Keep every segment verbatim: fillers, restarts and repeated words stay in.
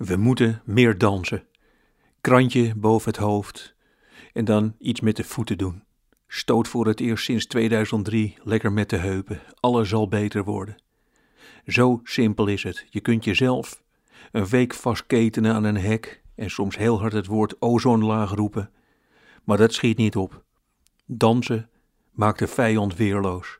We moeten meer dansen. Krantje boven het hoofd en dan iets met de voeten doen. Stoot voor het eerst sinds tweeduizend drie lekker met de heupen. Alles zal beter worden. Zo simpel is het. Je kunt jezelf een week vastketenen aan een hek en soms heel hard het woord ozonlaag roepen. Maar dat schiet niet op. Dansen maakt de vijand weerloos.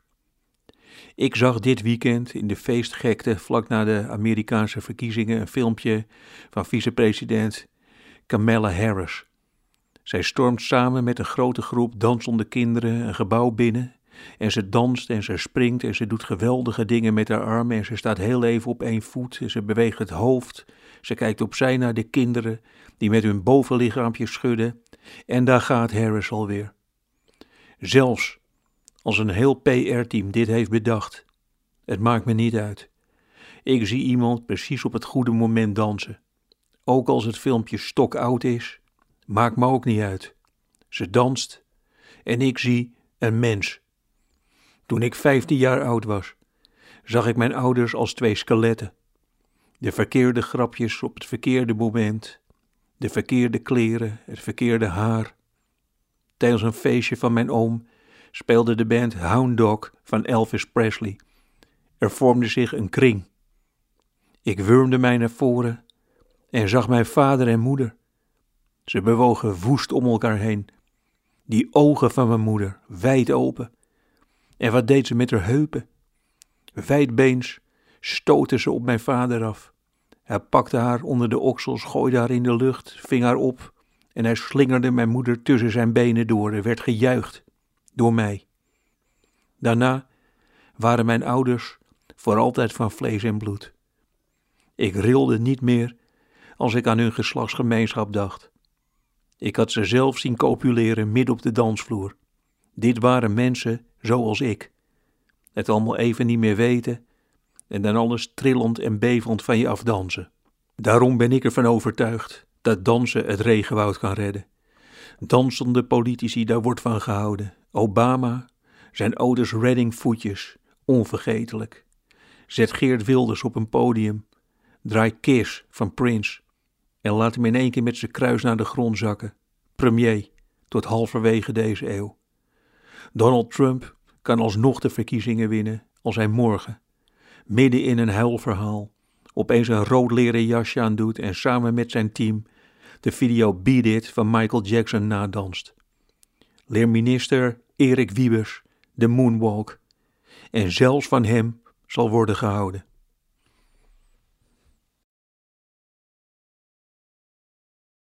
Ik zag dit weekend in de feestgekte vlak na de Amerikaanse verkiezingen een filmpje van vicepresident Kamala Harris. Zij stormt samen met een grote groep dansende kinderen een gebouw binnen en ze danst en ze springt en ze doet geweldige dingen met haar armen en ze staat heel even op één voet en ze beweegt het hoofd. Ze kijkt opzij naar de kinderen die met hun bovenlichaampje schudden en daar gaat Harris alweer. Zelfs als een heel P R-team dit heeft bedacht, het maakt me niet uit. Ik zie iemand precies op het goede moment dansen. Ook als het filmpje stokoud is, maakt me ook niet uit. Ze danst en ik zie een mens. Toen ik vijftien jaar oud was, zag ik mijn ouders als twee skeletten. De verkeerde grapjes op het verkeerde moment, de verkeerde kleren, het verkeerde haar. Tijdens een feestje van mijn oom speelde de band Hound Dog van Elvis Presley. Er vormde zich een kring. Ik wurmde mij naar voren en zag mijn vader en moeder. Ze bewogen woest om elkaar heen. Die ogen van mijn moeder, wijd open. En wat deed ze met haar heupen? Wijdbeens stootte ze op mijn vader af. Hij pakte haar onder de oksels, gooide haar in de lucht, ving haar op en hij slingerde mijn moeder tussen zijn benen door. Er werd gejuicht door mij. Daarna waren mijn ouders voor altijd van vlees en bloed. Ik rilde niet meer als ik aan hun geslachtsgemeenschap dacht. Ik had ze zelf zien copuleren midden op de dansvloer. Dit waren mensen zoals ik. Het allemaal even niet meer weten en dan alles trillend en bevend van je afdansen. Daarom ben ik ervan overtuigd dat dansen het regenwoud kan redden. Dansende politici, daar wordt van gehouden. Obama, zijn Otis Redding voetjes, onvergetelijk. Zet Geert Wilders op een podium. Draai Kiss van Prince. En laat hem in één keer met zijn kruis naar de grond zakken. Premier, tot halverwege deze eeuw. Donald Trump kan alsnog de verkiezingen winnen als hij morgen, midden in een huilverhaal, opeens een rood leren jasje aandoet en samen met zijn team de video Beat It van Michael Jackson nadanst. Leer minister Erik Wiebes de moonwalk en zelfs van hem zal worden gehouden.